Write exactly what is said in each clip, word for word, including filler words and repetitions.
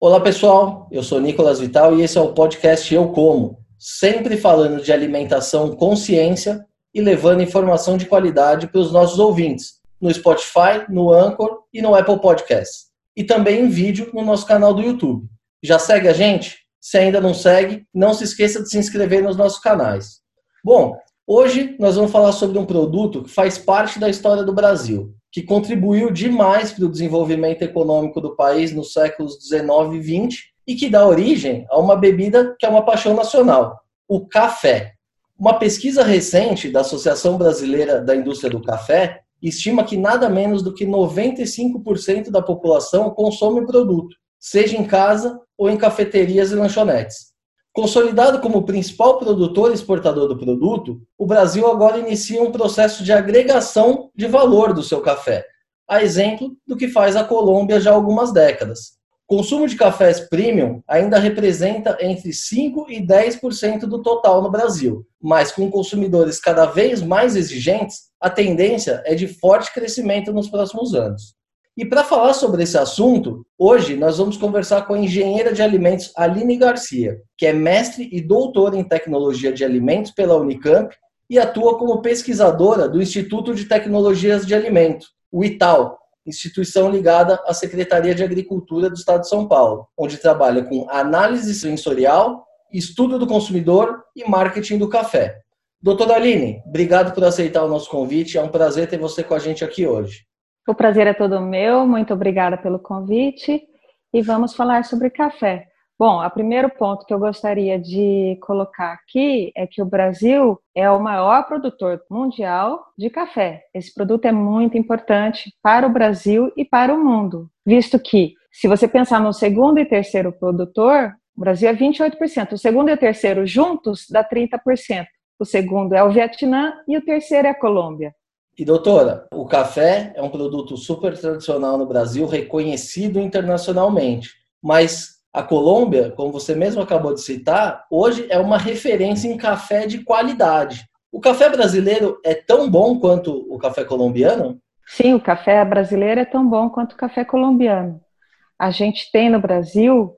Olá pessoal, eu sou Nicolas Vital e esse é o podcast Eu Como, sempre falando de alimentação com ciência e levando informação de qualidade para os nossos ouvintes, no Spotify, no Anchor e no Apple Podcasts. E também em vídeo no nosso canal do YouTube. Já segue a gente? Se ainda não segue, não se esqueça de se inscrever nos nossos canais. Bom, hoje nós vamos falar sobre um produto que faz parte da história do Brasil, que contribuiu demais para o desenvolvimento econômico do país nos séculos dezenove e vinte e que dá origem a uma bebida que é uma paixão nacional, o café. Uma pesquisa recente da Associação Brasileira da Indústria do Café estima que nada menos do que noventa e cinco por cento da população consome o produto, seja em casa ou em cafeterias e lanchonetes. Consolidado como o principal produtor e exportador do produto, o Brasil agora inicia um processo de agregação de valor do seu café, a exemplo do que faz a Colômbia já há algumas décadas. O consumo de cafés premium ainda representa entre cinco por cento e dez por cento do total no Brasil, mas com consumidores cada vez mais exigentes, a tendência é de forte crescimento nos próximos anos. E para falar sobre esse assunto, hoje nós vamos conversar com a engenheira de alimentos Aline Garcia, que é mestre e doutora em tecnologia de alimentos pela Unicamp e atua como pesquisadora do Instituto de Tecnologias de Alimento, o I T A L, instituição ligada à Secretaria de Agricultura do Estado de São Paulo, onde trabalha com análise sensorial, estudo do consumidor e marketing do café. Doutora Aline, obrigado por aceitar o nosso convite, é um prazer ter você com a gente aqui hoje. O prazer é todo meu, muito obrigada pelo convite e vamos falar sobre café. Bom, o primeiro ponto que eu gostaria de colocar aqui é que o Brasil é o maior produtor mundial de café. Esse produto é muito importante para o Brasil e para o mundo, visto que, se você pensar no segundo e terceiro produtor, o Brasil é vinte e oito por cento, o segundo e o terceiro juntos dá trinta por cento. O segundo é o Vietnã e o terceiro é a Colômbia. E doutora, o café é um produto super tradicional no Brasil, reconhecido internacionalmente, mas a Colômbia, como você mesmo acabou de citar, hoje é uma referência em café de qualidade. O café brasileiro é tão bom quanto o café colombiano? Sim, o café brasileiro é tão bom quanto o café colombiano. A gente tem no Brasil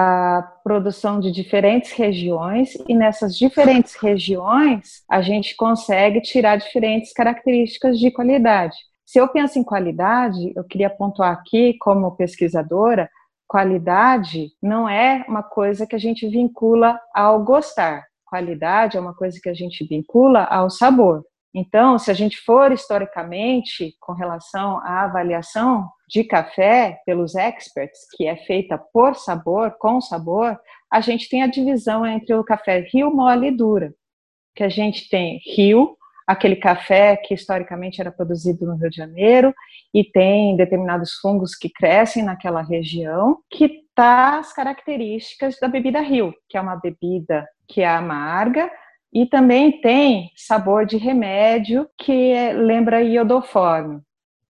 a produção de diferentes regiões e nessas diferentes regiões a gente consegue tirar diferentes características de qualidade. Se eu penso em qualidade, eu queria pontuar aqui como pesquisadora, qualidade não é uma coisa que a gente vincula ao gostar. Qualidade é uma coisa que a gente vincula ao sabor. Então, se a gente for historicamente com relação à avaliação de café pelos experts, que é feita por sabor, com sabor, a gente tem a divisão entre o café rio, mole e dura. Que a gente tem rio, aquele café que historicamente era produzido no Rio de Janeiro e tem determinados fungos que crescem naquela região, que tá as características da bebida rio, que é uma bebida que é amarga, e também tem sabor de remédio que lembra iodoforme.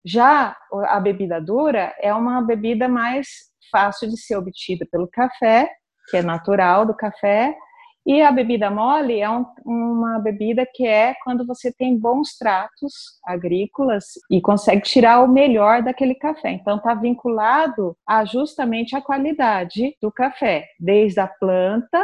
Já a bebida dura é uma bebida mais fácil de ser obtida pelo café, que é natural do café, e a bebida mole é um, uma bebida que é quando você tem bons tratos agrícolas e consegue tirar o melhor daquele café. Então está vinculado a justamente a qualidade do café, desde a planta,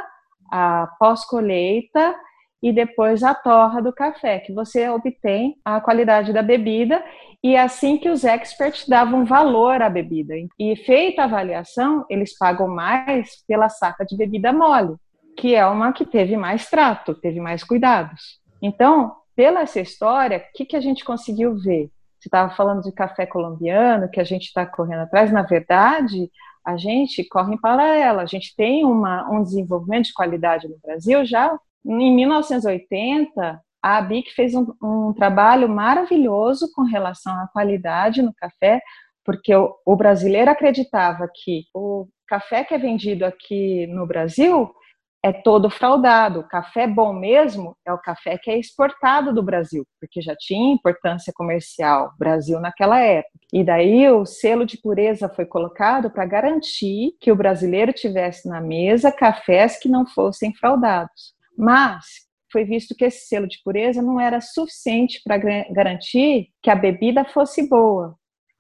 a pós-colheita, e depois a torra do café, que você obtém a qualidade da bebida, e é assim que os experts davam valor à bebida. E feita a avaliação, eles pagam mais pela saca de bebida mole, que é uma que teve mais trato, teve mais cuidados. Então, pela essa história, o que, que a gente conseguiu ver? Você estava falando de café colombiano, que a gente está correndo atrás, na verdade, a gente corre em paralelo, a gente tem uma, um desenvolvimento de qualidade no Brasil já. Em mil novecentos e oitenta, a ABIC fez um, um trabalho maravilhoso com relação à qualidade no café, porque o, o brasileiro acreditava que o café que é vendido aqui no Brasil é todo fraudado. O café bom mesmo é o café que é exportado do Brasil, porque já tinha importância comercial Brasil naquela época. E daí o selo de pureza foi colocado para garantir que o brasileiro tivesse na mesa cafés que não fossem fraudados. Mas foi visto que esse selo de pureza não era suficiente para garantir que a bebida fosse boa.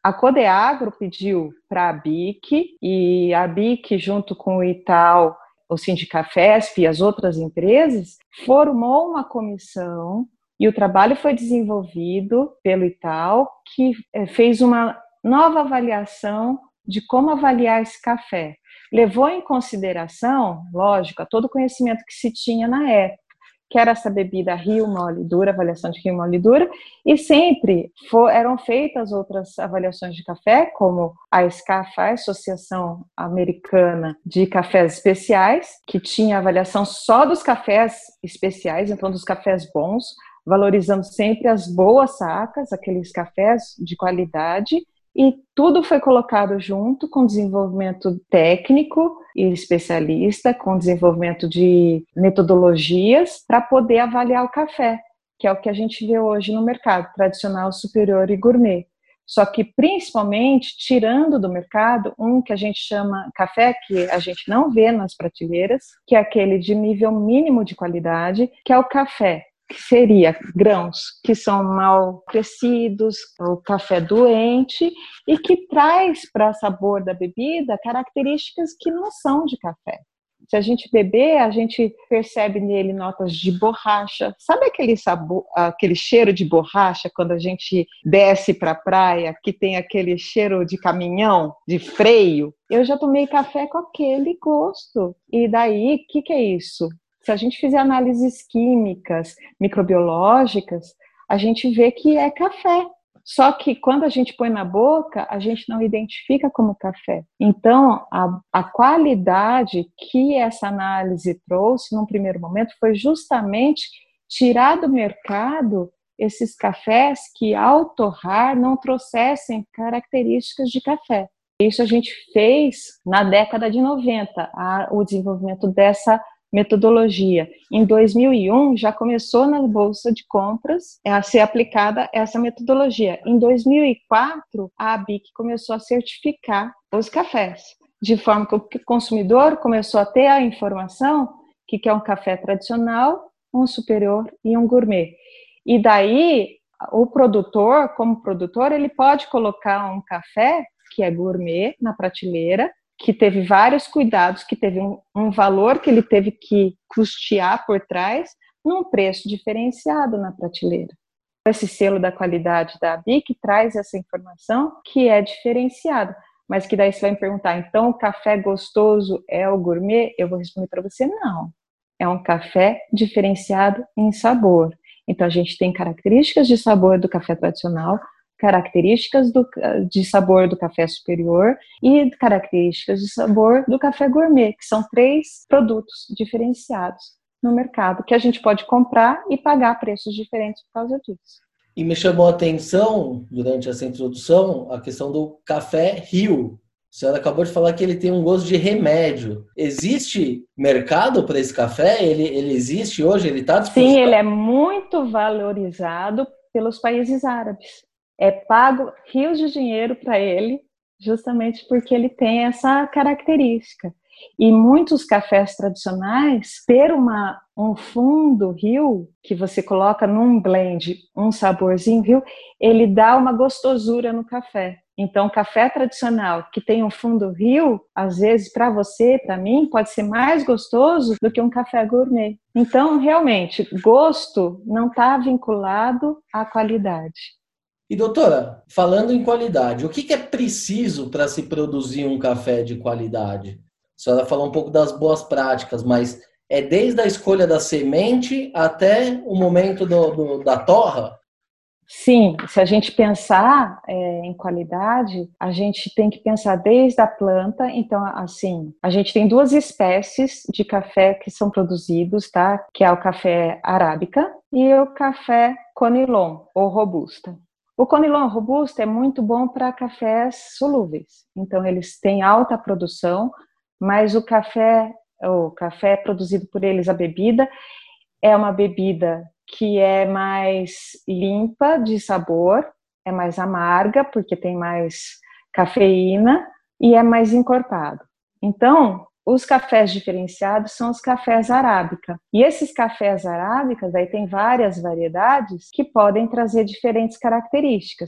A Codeagro pediu para a B I C, e a B I C, junto com o Itaú, o Sindicafesp e as outras empresas, formou uma comissão e o trabalho foi desenvolvido pelo Itaú, que fez uma nova avaliação de como avaliar esse café. Levou em consideração, lógico, todo o conhecimento que se tinha na época, que era essa bebida Rio Mole Dura, avaliação de Rio Mole Dura, e sempre for, eram feitas outras avaliações de café, como a S C A F, a Associação Americana de Cafés Especiais, que tinha avaliação só dos cafés especiais, então dos cafés bons, valorizando sempre as boas sacas, aqueles cafés de qualidade, e tudo foi colocado junto com desenvolvimento técnico e especialista, com desenvolvimento de metodologias para poder avaliar o café, que é o que a gente vê hoje no mercado, tradicional, superior e gourmet. Só que, principalmente, tirando do mercado um que a gente chama café, que a gente não vê nas prateleiras, que é aquele de nível mínimo de qualidade, que é o café, que seria grãos que são mal crescidos, o café doente, e que traz para o sabor da bebida características que não são de café. Se a gente beber, a gente percebe nele notas de borracha. Sabe aquele sabor, aquele cheiro de borracha quando a gente desce para a praia, que tem aquele cheiro de caminhão, de freio? Eu já tomei café com aquele gosto. E daí, o que, que é isso? Se a gente fizer análises químicas, microbiológicas, a gente vê que é café. Só que quando a gente põe na boca, a gente não identifica como café. Então, a, a qualidade que essa análise trouxe, num primeiro momento, foi justamente tirar do mercado esses cafés que, ao torrar, não trouxessem características de café. Isso a gente fez na década de noventa, a, o desenvolvimento dessa metodologia. Em dois mil e um, já começou na Bolsa de Compras a ser aplicada essa metodologia. Em dois mil e quatro, a B I C começou a certificar os cafés, de forma que o consumidor começou a ter a informação que é um café tradicional, um superior e um gourmet. E daí, o produtor, como produtor, ele pode colocar um café que é gourmet na prateleira, que teve vários cuidados, que teve um, um valor que ele teve que custear por trás, num preço diferenciado na prateleira. Esse selo da qualidade da B I C traz essa informação que é diferenciada, mas que daí você vai me perguntar, então o café gostoso é o gourmet? Eu vou responder para você, não. É um café diferenciado em sabor. Então a gente tem características de sabor do café tradicional, características do, de sabor do café superior e características de sabor do café gourmet, que são três produtos diferenciados no mercado, que a gente pode comprar e pagar preços diferentes por causa disso. E me chamou a atenção, durante essa introdução, a questão do café Rio. A senhora acabou de falar que ele tem um gosto de remédio. Existe mercado para esse café? Ele, ele existe hoje? Ele está disponível? Sim, ele é muito valorizado pelos países árabes. É pago rios de dinheiro para ele, justamente porque ele tem essa característica. E muitos cafés tradicionais, ter uma, um fundo Rio, que você coloca num blend, um saborzinho Rio, ele dá uma gostosura no café. Então, café tradicional que tem um fundo Rio, às vezes, para você, para mim, pode ser mais gostoso do que um café gourmet. Então, realmente, gosto não está vinculado à qualidade. E doutora, falando em qualidade, o que é preciso para se produzir um café de qualidade? A senhora falou um pouco das boas práticas, mas é desde a escolha da semente até o momento do, do, da torra? Sim, se a gente pensar é, em qualidade, a gente tem que pensar desde a planta. Então, assim, a gente tem duas espécies de café que são produzidos, tá? Que é o café arábica e o café conilon, ou robusta. O conilon robusta é muito bom para cafés solúveis, então eles têm alta produção, mas o café, o café produzido por eles, a bebida, é uma bebida que é mais limpa de sabor, é mais amarga, porque tem mais cafeína e é mais encorpado. Então, os cafés diferenciados são os cafés arábica. E esses cafés arábicas, aí tem várias variedades que podem trazer diferentes características.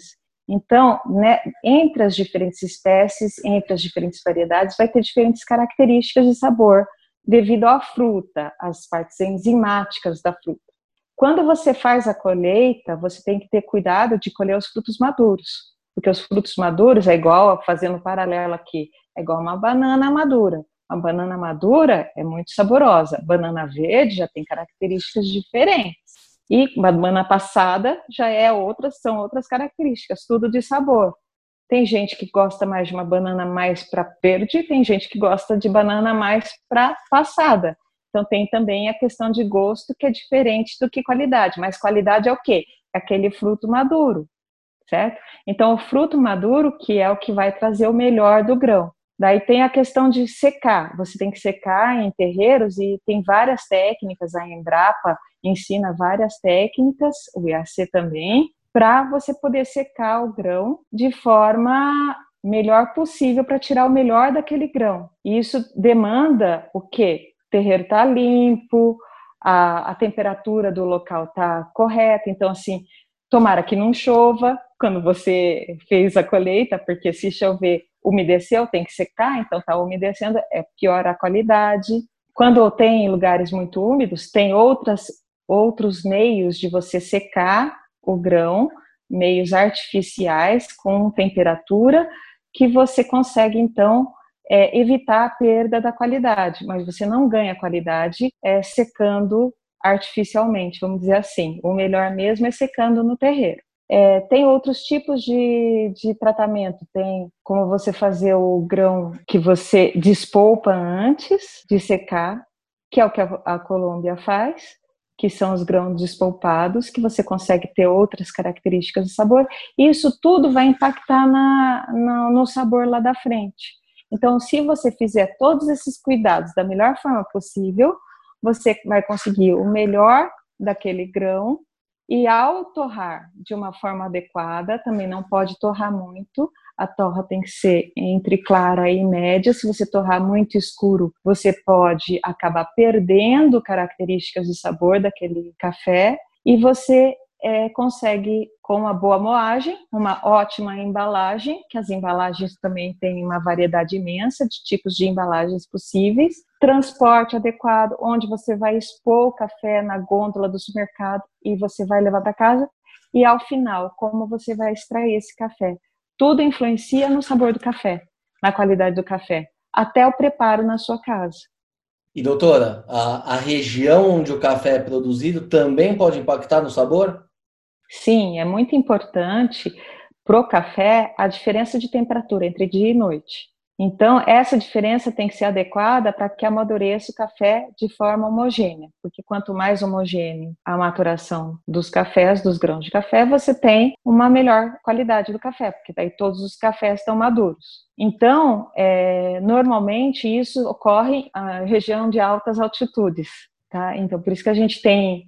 Então, né, entre as diferentes espécies, entre as diferentes variedades, vai ter diferentes características de sabor devido à fruta, às partes enzimáticas da fruta. Quando você faz a colheita, você tem que ter cuidado de colher os frutos maduros, porque os frutos maduros é igual, fazendo um paralelo aqui, é igual uma banana madura. Uma banana madura é muito saborosa, banana verde já tem características diferentes. E uma banana passada já é outras, são outras características, tudo de sabor. Tem gente que gosta mais de uma banana mais para verde, tem gente que gosta de banana mais para passada. Então tem também a questão de gosto, que é diferente do que qualidade. Mas qualidade é o quê? É aquele fruto maduro, certo? Então o fruto maduro que é o que vai trazer o melhor do grão. Daí tem a questão de secar. Você tem que secar em terreiros e tem várias técnicas. A Embrapa ensina várias técnicas, o I A C também, para você poder secar o grão de forma melhor possível para tirar o melhor daquele grão. E isso demanda o quê? O terreiro está limpo, a, a temperatura do local está correta. Então, assim, tomara que não chova quando você fez a colheita, porque se chover, umedeceu, tem que secar, então está umedecendo, é pior a qualidade. Quando tem lugares muito úmidos, tem outras, outros meios de você secar o grão, meios artificiais com temperatura, que você consegue, então, é, evitar a perda da qualidade, mas você não ganha qualidade é, secando artificialmente, vamos dizer assim. O melhor mesmo é secando no terreiro. É, tem outros tipos de, de tratamento, tem como você fazer o grão que você despolpa antes de secar, que é o que a, a Colômbia faz, que são os grãos despolpados, que você consegue ter outras características de sabor, e isso tudo vai impactar na, na, no sabor lá da frente. Então, se você fizer todos esses cuidados da melhor forma possível, você vai conseguir o melhor daquele grão. E ao torrar de uma forma adequada, também não pode torrar muito, a torra tem que ser entre clara e média. Se você torrar muito escuro, você pode acabar perdendo características de sabor daquele café, e você é, consegue, com uma boa moagem, uma ótima embalagem, que as embalagens também têm uma variedade imensa de tipos de embalagens possíveis, transporte adequado, onde você vai expor o café na gôndola do supermercado e você vai levar para casa, e ao final, como você vai extrair esse café. Tudo influencia no sabor do café, na qualidade do café, até o preparo na sua casa. E doutora, a, a região onde o café é produzido também pode impactar no sabor? Sim, é muito importante para o café a diferença de temperatura entre dia e noite. Então, essa diferença tem que ser adequada para que amadureça o café de forma homogênea, porque quanto mais homogênea a maturação dos cafés, dos grãos de café, você tem uma melhor qualidade do café, porque daí todos os cafés estão maduros. Então, é, normalmente isso ocorre na região de altas altitudes, tá? Então, por isso que a gente tem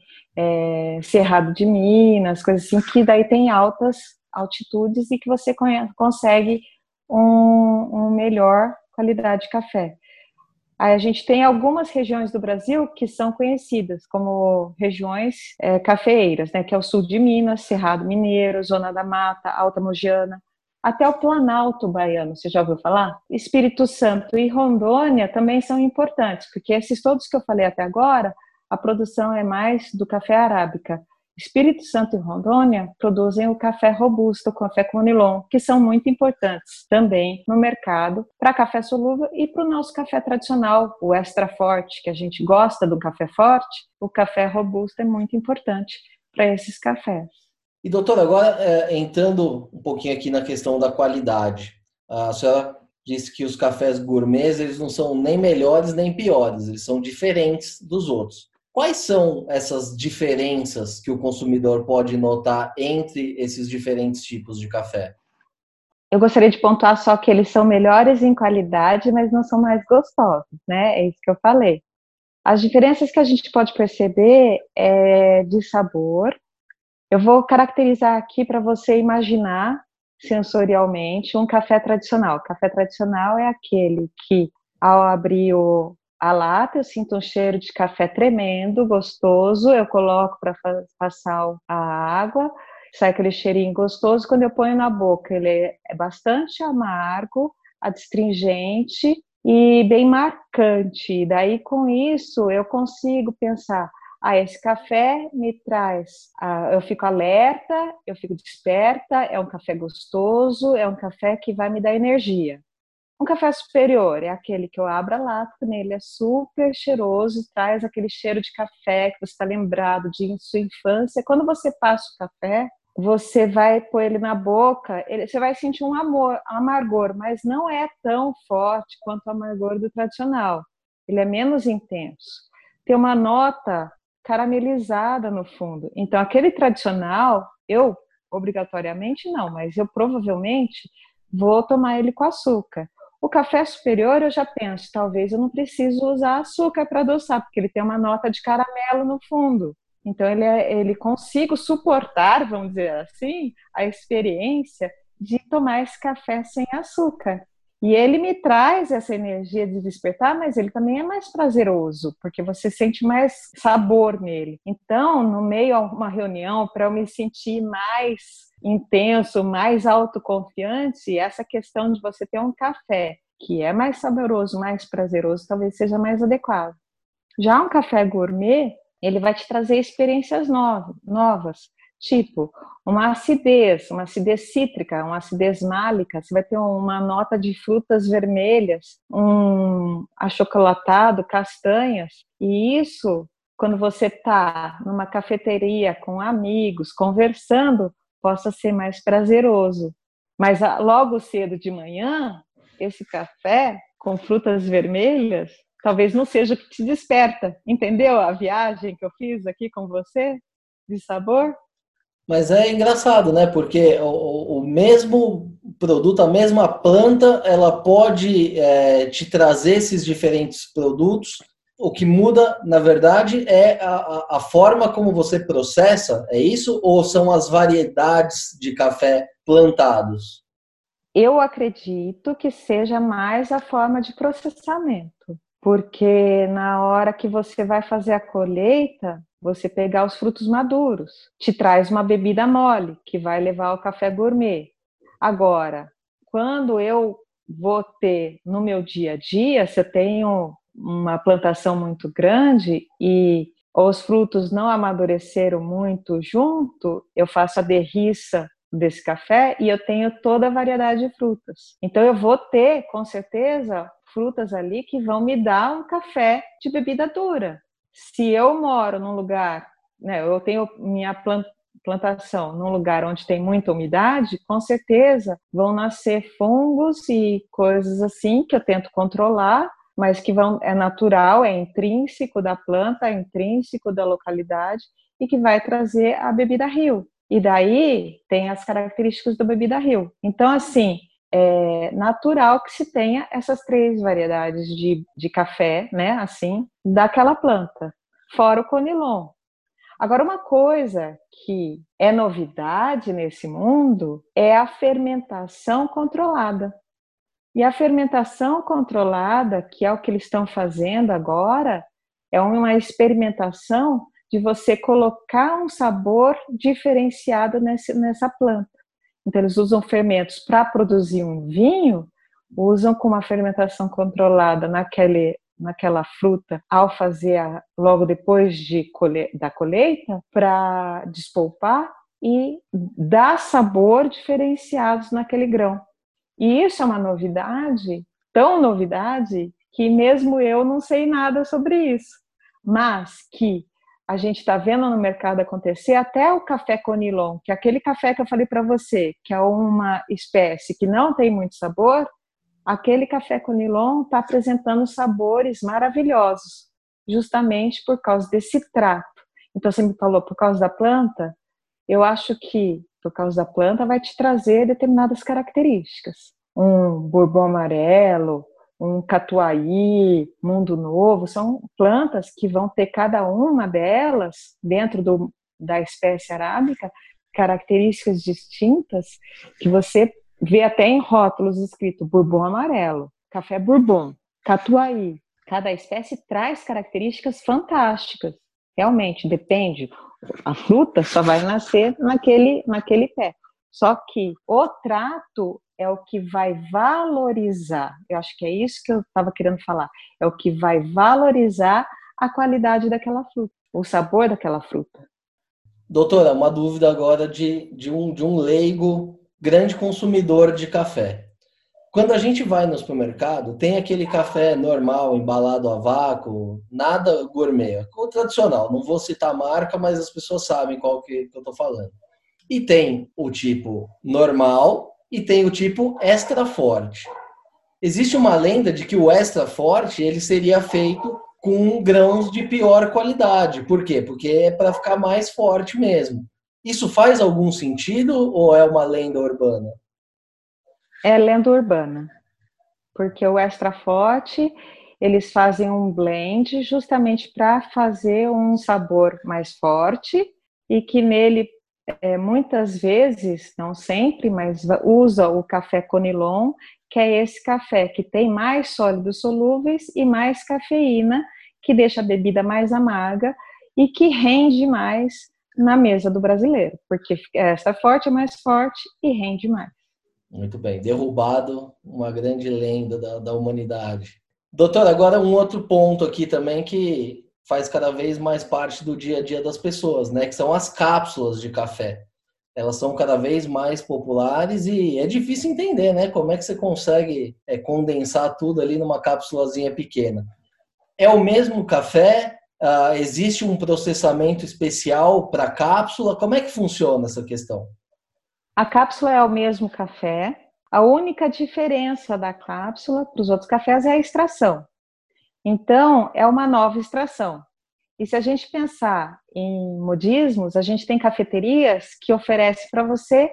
é, Cerrado de Minas, coisas assim, que daí tem altas altitudes e que você conhece, consegue um, um melhor qualidade de café. Aí a gente tem algumas regiões do Brasil que são conhecidas como regiões é, cafeeiras, né, que é o sul de Minas, Cerrado Mineiro, Zona da Mata, Alta Mogiana, até o Planalto Baiano, você já ouviu falar? Espírito Santo e Rondônia também são importantes, porque esses todos que eu falei até agora, a produção é mais do café arábica. Espírito Santo e Rondônia produzem o café robusto, o café conilon, que são muito importantes também no mercado para café solúvel e para o nosso café tradicional, o extra forte, que a gente gosta do café forte, o café robusto é muito importante para esses cafés. E doutora, agora é, entrando um pouquinho aqui na questão da qualidade, a senhora disse que os cafés gourmets eles não são nem melhores nem piores, eles são diferentes dos outros. Quais são essas diferenças que o consumidor pode notar entre esses diferentes tipos de café? Eu gostaria de pontuar só que eles são melhores em qualidade, mas não são mais gostosos, né? É isso que eu falei. As diferenças que a gente pode perceber é de sabor. Eu vou caracterizar aqui para você imaginar sensorialmente um café tradicional. O café tradicional é aquele que, ao abrir o a lata, eu sinto um cheiro de café tremendo, gostoso, eu coloco para passar a água sai aquele cheirinho gostoso. Quando eu ponho na boca, ele é bastante amargo, adstringente e bem marcante. Daí, com isso, eu consigo pensar, ah, esse café me traz, ah, eu fico alerta, eu fico desperta, é um café gostoso, é um café que vai me dar energia. Um café superior é aquele que eu abro a lata, ele é super cheiroso, traz aquele cheiro de café que você está lembrado de sua infância. Quando você passa o café, você vai pôr ele na boca, ele, você vai sentir um amor, um amargor, mas não é tão forte quanto o amargor do tradicional. Ele é menos intenso. Tem uma nota caramelizada no fundo. Então, aquele tradicional, eu, obrigatoriamente não, mas eu provavelmente vou tomar ele com açúcar. O café superior, eu já penso, talvez eu não preciso usar açúcar para adoçar, porque ele tem uma nota de caramelo no fundo. Então, ele, é, ele consigo suportar, vamos dizer assim, a experiência de tomar esse café sem açúcar. E ele me traz essa energia de despertar, mas ele também é mais prazeroso, porque você sente mais sabor nele. Então, no meio a uma reunião, para eu me sentir mais intenso, mais autoconfiante, essa questão de você ter um café que é mais saboroso, mais prazeroso, talvez seja mais adequado. Já um café gourmet, ele vai te trazer experiências novas, tipo uma acidez, uma acidez cítrica, uma acidez málica, você vai ter uma nota de frutas vermelhas, um achocolatado, castanhas, e isso, quando você está numa cafeteria com amigos, conversando, possa ser mais prazeroso. Mas logo cedo de manhã, esse café com frutas vermelhas, talvez não seja o que te desperta. Entendeu a viagem que eu fiz aqui com você de sabor? Mas é engraçado, né? Porque o, o mesmo produto, a mesma planta, ela pode é, te trazer esses diferentes produtos. O que muda, na verdade, é a, a forma como você processa, é isso? Ou são as variedades de café plantados? Eu acredito que seja mais a forma de processamento, porque na hora que você vai fazer a colheita, você pegar os frutos maduros, te traz uma bebida mole, que vai levar ao café gourmet. Agora, quando eu vou ter no meu dia a dia, se eu tenho uma plantação muito grande e os frutos não amadureceram muito junto, eu faço a derriça desse café e eu tenho toda a variedade de frutas. Então eu vou ter, com certeza, frutas ali que vão me dar um café de bebida dura. Se eu moro num lugar, né, eu tenho minha plantação num lugar onde tem muita umidade, com certeza vão nascer fungos e coisas assim que eu tento controlar, mas que vão, é natural, é intrínseco da planta, é intrínseco da localidade e que vai trazer a bebida rio. E daí tem as características da bebida rio. Então, assim, é natural que se tenha essas três variedades de, de café, né, assim, daquela planta, fora o conilon. Agora, uma coisa que é novidade nesse mundo é a fermentação controlada. E a fermentação controlada, que é o que eles estão fazendo agora, é uma experimentação de você colocar um sabor diferenciado nesse, nessa planta. Então, eles usam fermentos para produzir um vinho, usam com uma fermentação controlada naquele, naquela fruta, ao fazer a, logo depois de colhe, da colheita, para despolpar e dar sabor diferenciados naquele grão. E isso é uma novidade, tão novidade, que mesmo eu não sei nada sobre isso, mas que a gente está vendo no mercado acontecer, até o café conilon, que é aquele café que eu falei para você, que é uma espécie que não tem muito sabor, aquele café conilon está apresentando sabores maravilhosos, justamente por causa desse trato. Então, você me falou, por causa da planta, eu acho que, por causa da planta, vai te trazer determinadas características. Um bourbon amarelo, um catuai, mundo novo, são plantas que vão ter cada uma delas, dentro do, da espécie arábica, características distintas, que você vê até em rótulos escrito bourbon amarelo, café bourbon, catuai. Cada espécie traz características fantásticas. Realmente, depende. A fruta só vai nascer naquele, naquele pé. Só que o trato é o que vai valorizar. Eu acho que é isso que eu estava querendo falar. É o que vai valorizar a qualidade daquela fruta, o sabor daquela fruta. Doutora, uma dúvida agora de, de, um, de um leigo, grande consumidor de café. Quando a gente vai no supermercado, tem aquele café normal, embalado a vácuo, nada gourmet, o tradicional. Não vou citar a marca, mas as pessoas sabem qual que, que eu estou falando. E tem o tipo normal e tem o tipo extra forte. Existe uma lenda de que o extra forte ele seria feito com grãos de pior qualidade. Por quê? Porque é para ficar mais forte mesmo. Isso faz algum sentido ou é uma lenda urbana? É lenda urbana, porque o extra forte eles fazem um blend justamente para fazer um sabor mais forte e que nele é, muitas vezes, não sempre, mas usa o café Conilon, que é esse café que tem mais sólidos solúveis e mais cafeína, que deixa a bebida mais amarga e que rende mais na mesa do brasileiro, porque extra forte é mais forte e rende mais. Muito bem, derrubado uma grande lenda da, da humanidade. Doutor, agora um outro ponto aqui também que faz cada vez mais parte do dia a dia das pessoas, né? Que são as cápsulas de café. Elas são cada vez mais populares e é difícil entender, né? Como é que você consegue é, condensar tudo ali numa cápsulazinha pequena. É o mesmo café? Uh, existe um processamento especial para a cápsula? Como é que funciona essa questão? A cápsula é o mesmo café. A única diferença da cápsula para os outros cafés é a extração. Então, é uma nova extração. E se a gente pensar em modismos, a gente tem cafeterias que oferecem para você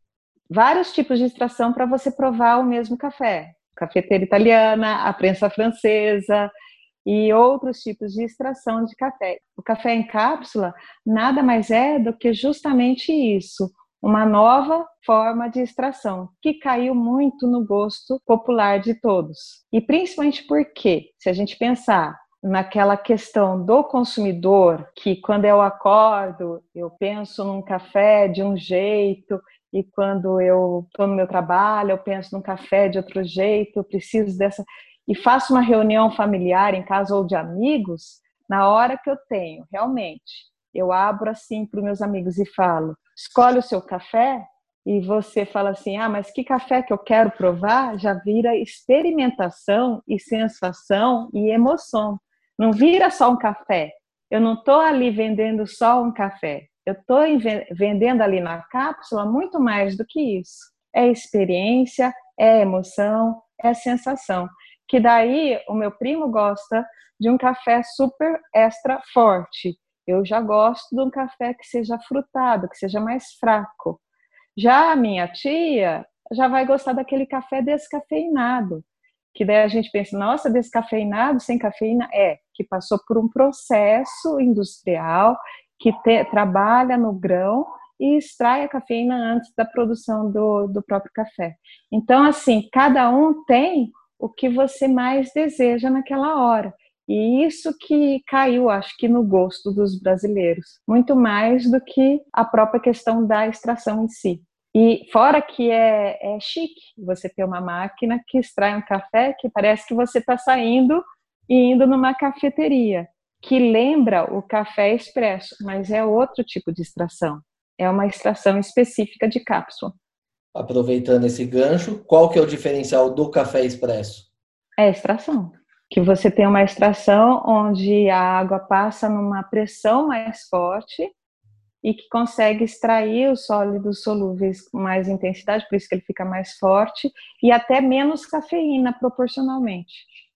vários tipos de extração para você provar o mesmo café. Cafeteira italiana, a prensa francesa e outros tipos de extração de café. O café em cápsula nada mais é do que justamente isso, uma nova forma de extração, que caiu muito no gosto popular de todos. E principalmente porque, se a gente pensar naquela questão do consumidor, que quando eu acordo, eu penso num café de um jeito, e quando eu estou no meu trabalho, eu penso num café de outro jeito, eu preciso dessa... E faço uma reunião familiar em casa ou de amigos, na hora que eu tenho, realmente, eu abro assim para os meus amigos e falo, escolhe o seu café, e você fala assim, ah, mas que café que eu quero provar, já vira experimentação e sensação e emoção. Não vira só um café. Eu não estou ali vendendo só um café. Eu estou vendendo ali na cápsula muito mais do que isso. É experiência, é emoção, é sensação. Que daí o meu primo gosta de um café super extra forte. Eu já gosto de um café que seja frutado, que seja mais fraco. Já a minha tia já vai gostar daquele café descafeinado, que daí a gente pensa, nossa, descafeinado, sem cafeína? É, que passou por um processo industrial, que te, trabalha no grão e extrai a cafeína antes da produção do, do próprio café. Então, assim, cada um tem o que você mais deseja naquela hora. E isso que caiu, acho que no gosto dos brasileiros, muito mais do que a própria questão da extração em si. E fora que é, é chique você ter uma máquina que extrai um café que parece que você está saindo e indo numa cafeteria, que lembra o café expresso, mas é outro tipo de extração. É uma extração específica de cápsula. Aproveitando esse gancho, qual que é o diferencial do café expresso? É a extração. Que você tem uma extração onde a água passa numa pressão mais forte e que consegue extrair os sólidos solúveis com mais intensidade, por isso que ele fica mais forte, e até menos cafeína proporcionalmente.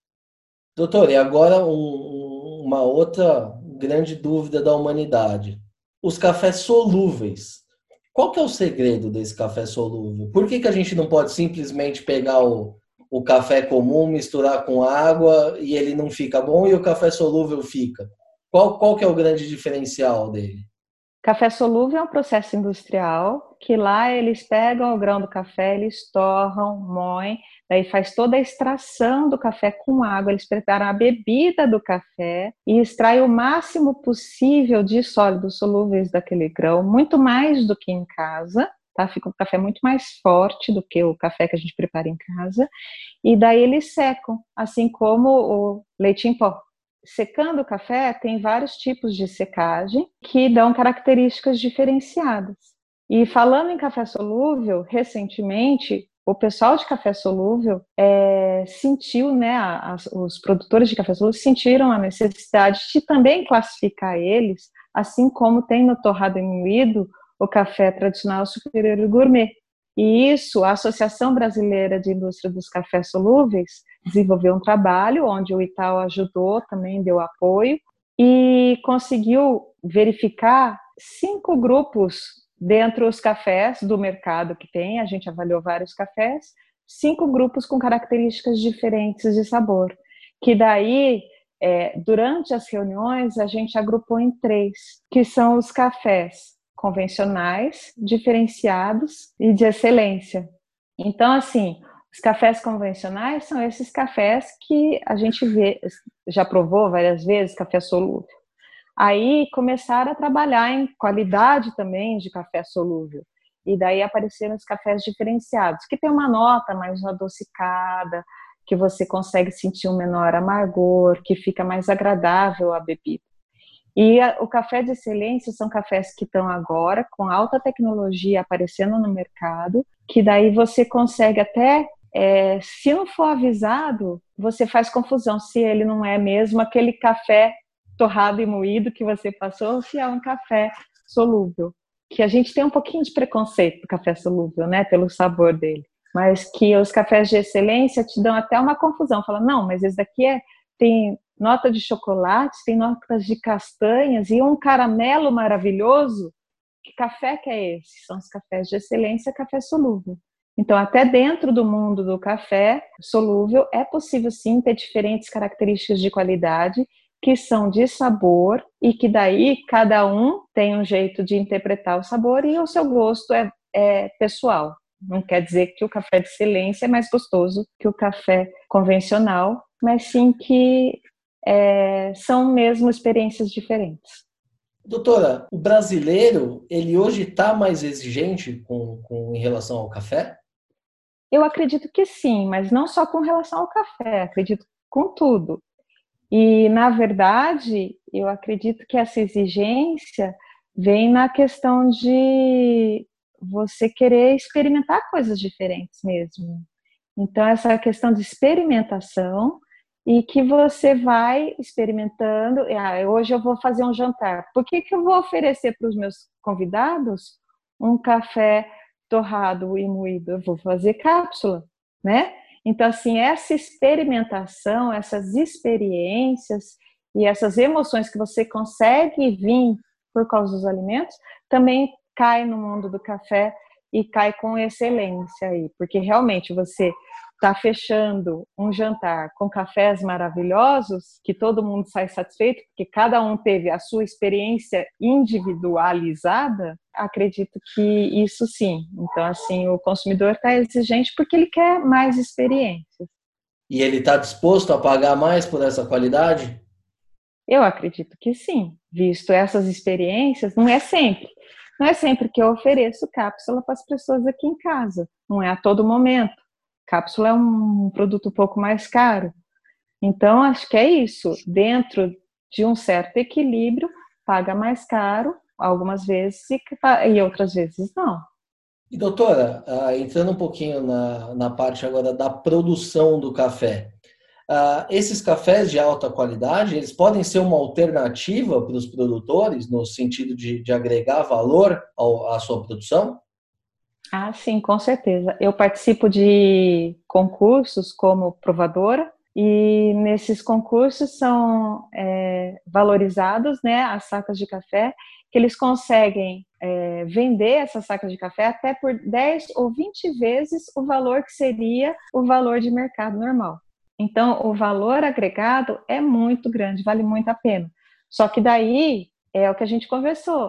Doutor, e agora um, uma outra grande dúvida da humanidade. Os cafés solúveis. Qual que é o segredo desse café solúvel? Por que, que a gente não pode simplesmente pegar o, o café comum, misturar com água e ele não fica bom e o café solúvel fica? Qual, qual que é o grande diferencial dele? Café solúvel é um processo industrial que lá eles pegam o grão do café, eles torram, moem, daí faz toda a extração do café com água, eles preparam a bebida do café e extraem o máximo possível de sólidos solúveis daquele grão, muito mais do que em casa, tá? Fica um café muito mais forte do que o café que a gente prepara em casa, e daí eles secam, assim como o leite em pó. Secando o café, tem vários tipos de secagem que dão características diferenciadas. E falando em café solúvel, recentemente, o pessoal de café solúvel é, sentiu, né, as, os produtores de café solúvel sentiram a necessidade de também classificar eles, assim como tem no torrado e moído o café tradicional superior e gourmet. E isso, a Associação Brasileira de Indústria dos Cafés Solúveis desenvolveu um trabalho onde o Itaú ajudou, também deu apoio, e conseguiu verificar cinco grupos dentre os cafés do mercado que tem, a gente avaliou vários cafés, cinco grupos com características diferentes de sabor, que daí, é, durante as reuniões, a gente agrupou em três, que são os cafés convencionais, diferenciados e de excelência. Então, assim, os cafés convencionais são esses cafés que a gente vê, já provou várias vezes, café solúvel. Aí começaram a trabalhar em qualidade também de café solúvel. E daí apareceram os cafés diferenciados, que tem uma nota mais adocicada, que você consegue sentir um menor amargor, que fica mais agradável a bebida. E a, o café de excelência são cafés que estão agora com alta tecnologia aparecendo no mercado, que daí você consegue até, é, se não for avisado, você faz confusão se ele não é mesmo aquele café torrado e moído que você passou, ou se é um café solúvel. Que a gente tem um pouquinho de preconceito do café solúvel, né, pelo sabor dele, mas que os cafés de excelência te dão até uma confusão, fala, não, mas esse daqui é, tem nota de chocolate, tem notas de castanhas e um caramelo maravilhoso. Que café que é esse? São os cafés de excelência, café solúvel. Então, até dentro do mundo do café solúvel, é possível sim ter diferentes características de qualidade que são de sabor e que daí cada um tem um jeito de interpretar o sabor e o seu gosto é, é pessoal. Não quer dizer que o café de excelência é mais gostoso que o café convencional, mas sim que É, são mesmo experiências diferentes. Doutora, o brasileiro, ele hoje está mais exigente com, com, em relação ao café? Eu acredito que sim, mas não só com relação ao café, acredito com tudo. E, na verdade, eu acredito que essa exigência vem na questão de você querer experimentar coisas diferentes mesmo. Então, essa questão de experimentação e que você vai experimentando. Ah, hoje eu vou fazer um jantar. Por que que eu vou oferecer para os meus convidados um café torrado e moído? Eu vou fazer cápsula, né? Então, assim, essa experimentação, essas experiências e essas emoções que você consegue vir por causa dos alimentos, também cai no mundo do café e cai com excelência aí, porque realmente você está fechando um jantar com cafés maravilhosos, que todo mundo sai satisfeito, porque cada um teve a sua experiência individualizada, acredito que isso sim. Então, assim, o consumidor está exigente porque ele quer mais experiências. E ele está disposto a pagar mais por essa qualidade? Eu acredito que sim, visto essas experiências, não é sempre. Não é sempre que eu ofereço cápsula para as pessoas aqui em casa, não é a todo momento. Cápsula é um produto um pouco mais caro. Então, acho que é isso. Dentro de um certo equilíbrio, paga mais caro, algumas vezes, e outras vezes não. E doutora, entrando um pouquinho na, na parte agora da produção do café, Uh, esses cafés de alta qualidade, eles podem ser uma alternativa para os produtores, no sentido de, de agregar valor ao, à sua produção? Ah, sim, com certeza. Eu participo de concursos como provadora, e nesses concursos são é, valorizados, né, as sacas de café, que eles conseguem é, vender essas sacas de café até por dez ou vinte vezes o valor que seria o valor de mercado normal. Então, o valor agregado é muito grande, vale muito a pena. Só que daí, é o que a gente conversou,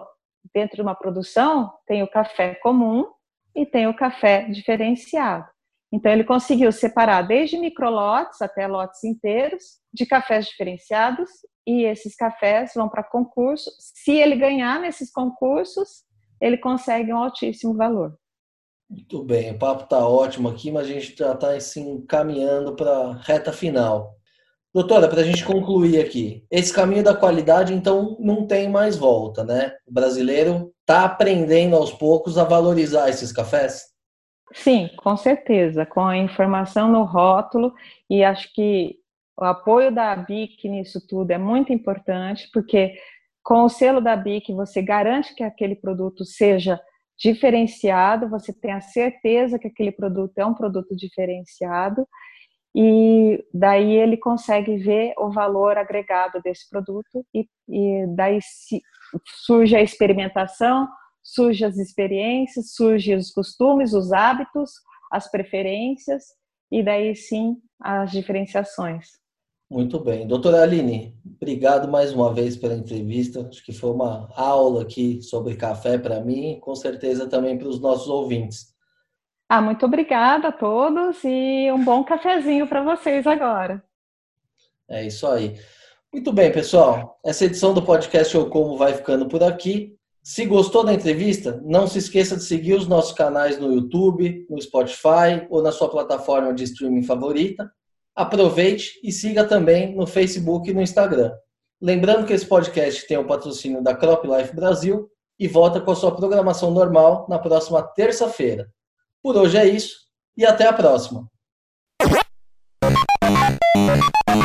dentro de uma produção, tem o café comum e tem o café diferenciado. Então, ele conseguiu separar desde microlotes até lotes inteiros de cafés diferenciados, e esses cafés vão para concurso. Se ele ganhar nesses concursos, ele consegue um altíssimo valor. Muito bem, o papo está ótimo aqui, mas a gente já está assim, caminhando para a reta final. Doutora, para a gente concluir aqui, esse caminho da qualidade, então, não tem mais volta, né? O brasileiro está aprendendo aos poucos a valorizar esses cafés? Sim, com certeza, com a informação no rótulo, e acho que o apoio da A B I C nisso tudo é muito importante, porque com o selo da A B I C você garante que aquele produto seja diferenciado, você tem a certeza que aquele produto é um produto diferenciado, e daí ele consegue ver o valor agregado desse produto, e, e daí se, surge a experimentação, surgem as experiências, surgem os costumes, os hábitos, as preferências, e daí sim as diferenciações. Muito bem. Doutora Aline, obrigado mais uma vez pela entrevista. Acho que foi uma aula aqui sobre café para mim e com certeza também para os nossos ouvintes. Ah, muito obrigada a todos e um bom cafezinho para vocês agora. É isso aí. Muito bem, pessoal. Essa edição do podcast Eu Como vai ficando por aqui. Se gostou da entrevista, não se esqueça de seguir os nossos canais no YouTube, no Spotify ou na sua plataforma de streaming favorita. Aproveite e siga também no Facebook e no Instagram. Lembrando que esse podcast tem o patrocínio da Crop Life Brasil e volta com a sua programação normal na próxima terça-feira. Por hoje é isso e até a próxima.